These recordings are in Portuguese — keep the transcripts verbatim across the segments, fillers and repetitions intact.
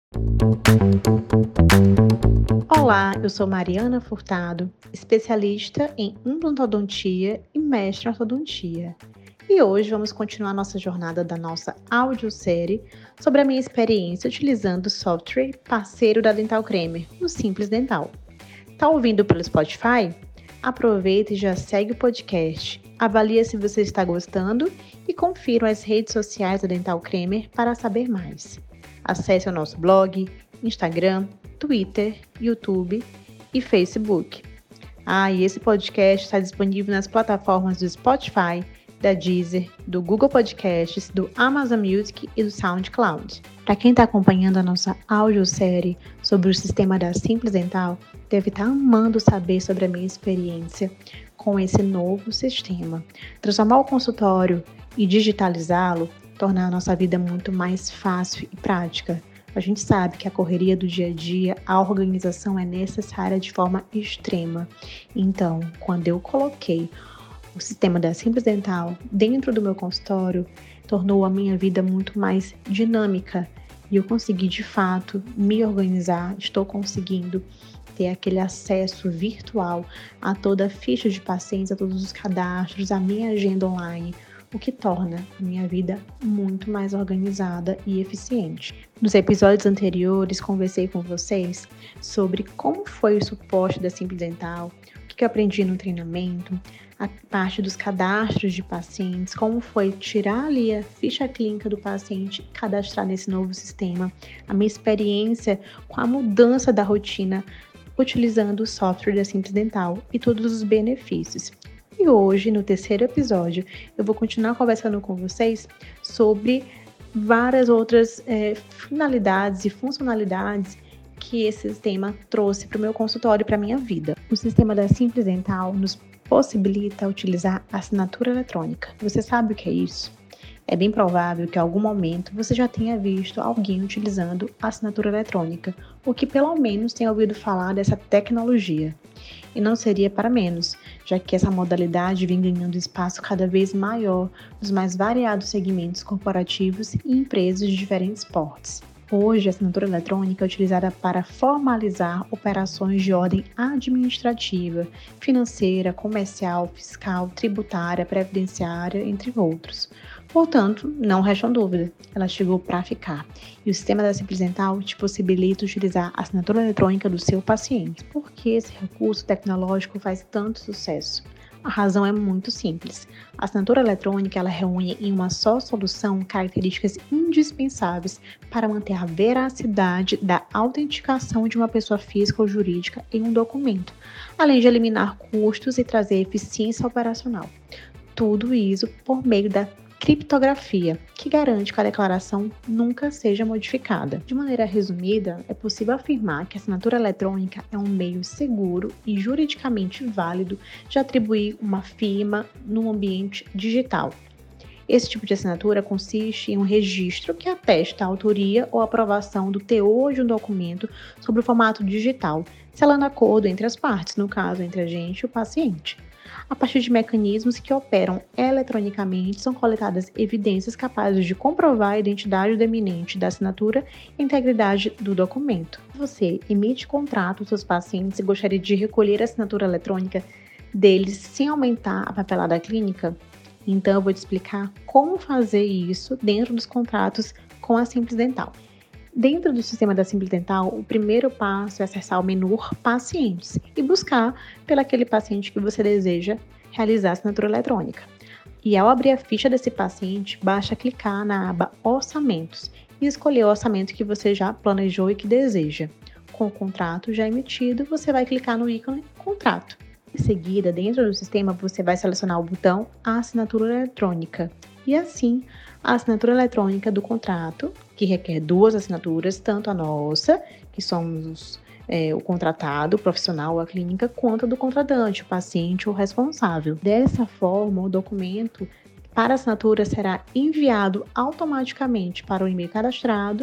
Olá, eu sou Mariana Furtado, especialista em implantodontia e mestre em ortodontia. E hoje vamos continuar nossa jornada da nossa audiosérie sobre a minha experiência utilizando o software parceiro da Dental Cremer, o Simples Dental. Tá ouvindo pelo Spotify? Aproveita e já segue o podcast, avalia se você está gostando e confira as redes sociais da Dental Cremer para saber mais. Acesse o nosso blog, Instagram, Twitter, YouTube e Facebook. Ah, e esse podcast está disponível nas plataformas do Spotify, da Deezer, do Google Podcasts, do Amazon Music e do SoundCloud. Para quem está acompanhando a nossa audiosérie sobre o sistema da Simples Dental, deve estar amando saber sobre a minha experiência com esse novo sistema. Transformar o consultório e digitalizá-lo torna a nossa vida muito mais fácil e prática. A gente sabe que a correria do dia a dia, a organização é necessária de forma extrema. Então, quando eu coloquei o sistema da Simples Dental dentro do meu consultório, tornou a minha vida muito mais dinâmica e eu consegui, de fato, me organizar. Estou conseguindo ter aquele acesso virtual a toda a ficha de pacientes, a todos os cadastros, a minha agenda online, o que torna a minha vida muito mais organizada e eficiente. Nos episódios anteriores, conversei com vocês sobre como foi o suporte da Simples Dental, o que eu aprendi no treinamento, a parte dos cadastros de pacientes, como foi tirar ali a ficha clínica do paciente e cadastrar nesse novo sistema, a minha experiência com a mudança da rotina utilizando o software da Simples Dental e todos os benefícios. E hoje, no terceiro episódio, eu vou continuar conversando com vocês sobre várias outras é, finalidades e funcionalidades que esse sistema trouxe para o meu consultório e para a minha vida. O sistema da Simples Dental nos possibilita utilizar a assinatura eletrônica. Você sabe o que é isso? É bem provável que em algum momento você já tenha visto alguém utilizando a assinatura eletrônica, ou que pelo menos tenha ouvido falar dessa tecnologia. E não seria para menos, já que essa modalidade vem ganhando espaço cada vez maior nos mais variados segmentos corporativos e empresas de diferentes portes. Hoje, a assinatura eletrônica é utilizada para formalizar operações de ordem administrativa, financeira, comercial, fiscal, tributária, previdenciária, entre outros. Portanto, não restam dúvida, ela chegou para ficar. E o sistema da Simples Dental te possibilita utilizar a assinatura eletrônica do seu paciente. Por que esse recurso tecnológico faz tanto sucesso? A razão é muito simples. A assinatura eletrônica ela reúne em uma só solução características indispensáveis para manter a veracidade da autenticação de uma pessoa física ou jurídica em um documento, além de eliminar custos e trazer eficiência operacional. Tudo isso por meio da criptografia, que garante que a declaração nunca seja modificada. De maneira resumida, é possível afirmar que a assinatura eletrônica é um meio seguro e juridicamente válido de atribuir uma firma no ambiente digital. Esse tipo de assinatura consiste em um registro que atesta a autoria ou aprovação do teor de um documento sobre o formato digital, selando acordo entre as partes, no caso entre a gente e o paciente. A partir de mecanismos que operam eletronicamente, são coletadas evidências capazes de comprovar a identidade do emitente da assinatura e a integridade do documento. Você emite contrato aos seus pacientes e gostaria de recolher a assinatura eletrônica deles sem aumentar a papelada clínica? Então eu vou te explicar como fazer isso dentro dos contratos com a Simples Dental. Dentro do sistema da Simples Dental, o primeiro passo é acessar o menu Pacientes e buscar pelo aquele paciente que você deseja realizar a assinatura eletrônica. E ao abrir a ficha desse paciente, basta clicar na aba Orçamentos e escolher o orçamento que você já planejou e que deseja. Com o contrato já emitido, você vai clicar no ícone Contrato. Em seguida, dentro do sistema, você vai selecionar o botão Assinatura Eletrônica. E assim, a assinatura eletrônica do contrato, que requer duas assinaturas, tanto a nossa, que somos é, o contratado, o profissional ou a clínica, quanto a do contratante, o paciente ou o responsável. Dessa forma, o documento para assinatura será enviado automaticamente para o e-mail cadastrado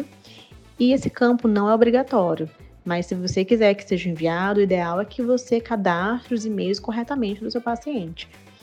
e esse campo não é obrigatório. Mas se você quiser que seja enviado, o ideal é que você cadastre os e-mails corretamente do seu paciente.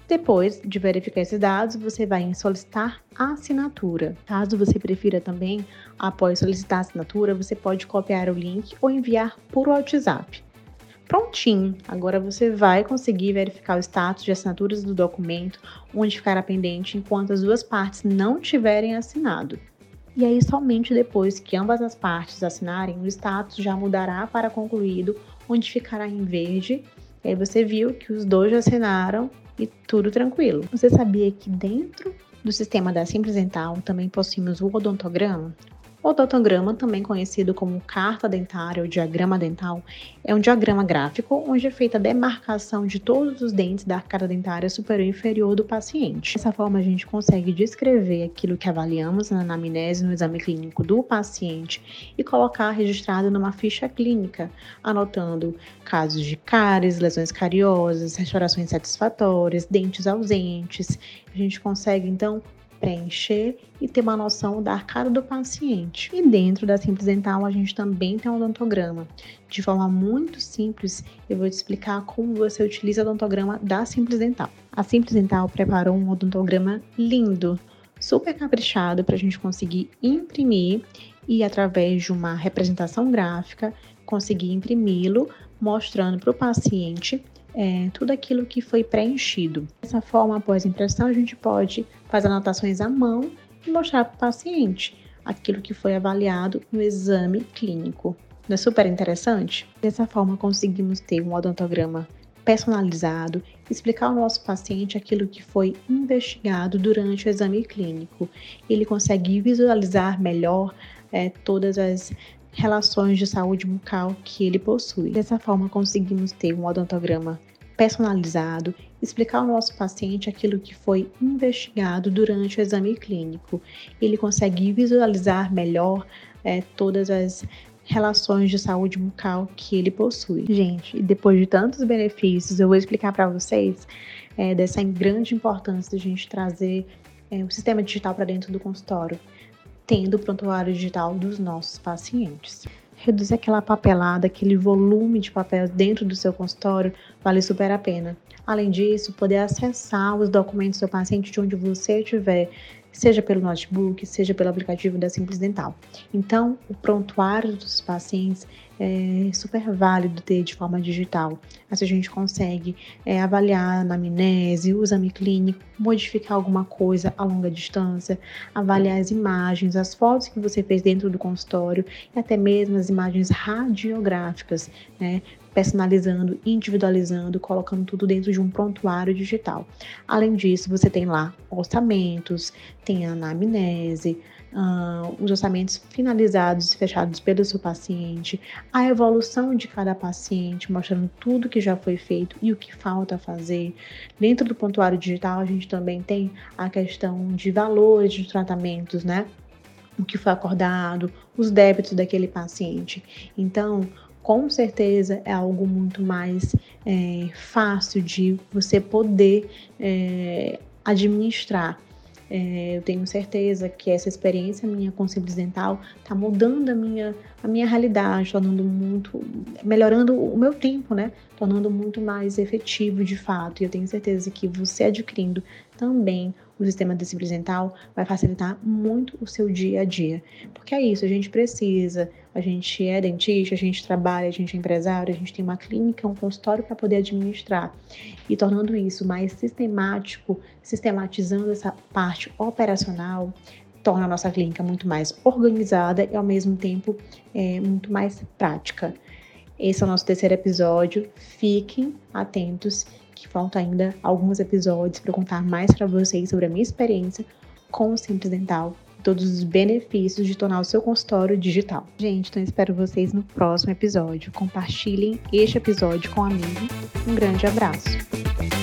Depois de verificar esses dados, você vai em solicitar a assinatura. Caso você prefira também, após solicitar a assinatura, você pode copiar o link ou enviar por WhatsApp. Prontinho! Agora você vai conseguir verificar o status de assinaturas do documento, onde ficará pendente enquanto as duas partes não tiverem assinado. E aí, somente depois que ambas as partes assinarem, o status já mudará para concluído, onde ficará em verde. E aí você viu que os dois já assinaram e tudo tranquilo. Você sabia que dentro do sistema da Simples Dental também possuímos o odontograma? O odontograma, também conhecido como carta dentária ou diagrama dental, é um diagrama gráfico onde é feita a demarcação de todos os dentes da arcada dentária superior e inferior do paciente. Dessa forma, a gente consegue descrever aquilo que avaliamos na anamnese, no exame clínico do paciente e colocar registrado numa ficha clínica, anotando casos de cáries, lesões cariosas, restaurações satisfatórias, dentes ausentes. A gente consegue, então, preencher e ter uma noção da arcada do paciente. E dentro da Simples Dental, a gente também tem um odontograma. De forma muito simples, eu vou te explicar como você utiliza o odontograma da Simples Dental. A Simples Dental preparou um odontograma lindo, super caprichado, para a gente conseguir imprimir e, através de uma representação gráfica, conseguir imprimi-lo, mostrando para o paciente É, tudo aquilo que foi preenchido. Dessa forma, após a impressão, a gente pode fazer anotações à mão e mostrar para o paciente aquilo que foi avaliado no exame clínico. Não é super interessante? Dessa forma, conseguimos ter um odontograma personalizado, explicar ao nosso paciente aquilo que foi investigado durante o exame clínico. Ele consegue visualizar melhor é, todas as relações de saúde bucal que ele possui. Dessa forma, conseguimos ter um odontograma personalizado, explicar ao nosso paciente aquilo que foi investigado durante o exame clínico. Ele consegue visualizar melhor é, todas as relações de saúde bucal que ele possui. Gente, depois de tantos benefícios, eu vou explicar para vocês é, dessa grande importância de a gente trazer é, o sistema digital para dentro do consultório, tendo o prontuário digital dos nossos pacientes. Reduzir aquela papelada, aquele volume de papel dentro do seu consultório, vale super a pena. Além disso, poder acessar os documentos do seu paciente de onde você estiver, seja pelo notebook, seja pelo aplicativo da Simples Dental. Então, o prontuário dos pacientes é super válido ter de forma digital. Assim a gente consegue é, avaliar a anamnese, o exame clínico, modificar alguma coisa a longa distância, avaliar as imagens, as fotos que você fez dentro do consultório e até mesmo as imagens radiográficas, né? Personalizando, individualizando, colocando tudo dentro de um prontuário digital. Além disso, você tem lá orçamentos, tem a anamnese, uh, os orçamentos finalizados e fechados pelo seu paciente, a evolução de cada paciente, mostrando tudo que já foi feito e o que falta fazer. Dentro do prontuário digital, a gente também tem a questão de valores de tratamentos, né? O que foi acordado, os débitos daquele paciente. Então, com certeza é algo muito mais é, fácil de você poder é, administrar. É, eu tenho certeza que essa experiência minha com Simples Dental está mudando a minha, a minha realidade, tornando muito, melhorando o meu tempo, né? Tornando muito mais efetivo de fato. E eu tenho certeza que você adquirindo também o sistema de Simples Dental vai facilitar muito o seu dia a dia. Porque é isso, a gente precisa, a gente é dentista, a gente trabalha, a gente é empresário, a gente tem uma clínica, um consultório para poder administrar. E tornando isso mais sistemático, sistematizando essa parte operacional, torna a nossa clínica muito mais organizada e ao mesmo tempo é, muito mais prática. Esse é o nosso terceiro episódio. Fiquem atentos que faltam ainda alguns episódios para eu contar mais para vocês sobre a minha experiência com o Simples Dental, todos os benefícios de tornar o seu consultório digital. Gente, então espero vocês no próximo episódio. Compartilhem este episódio com um amigo. Um grande abraço.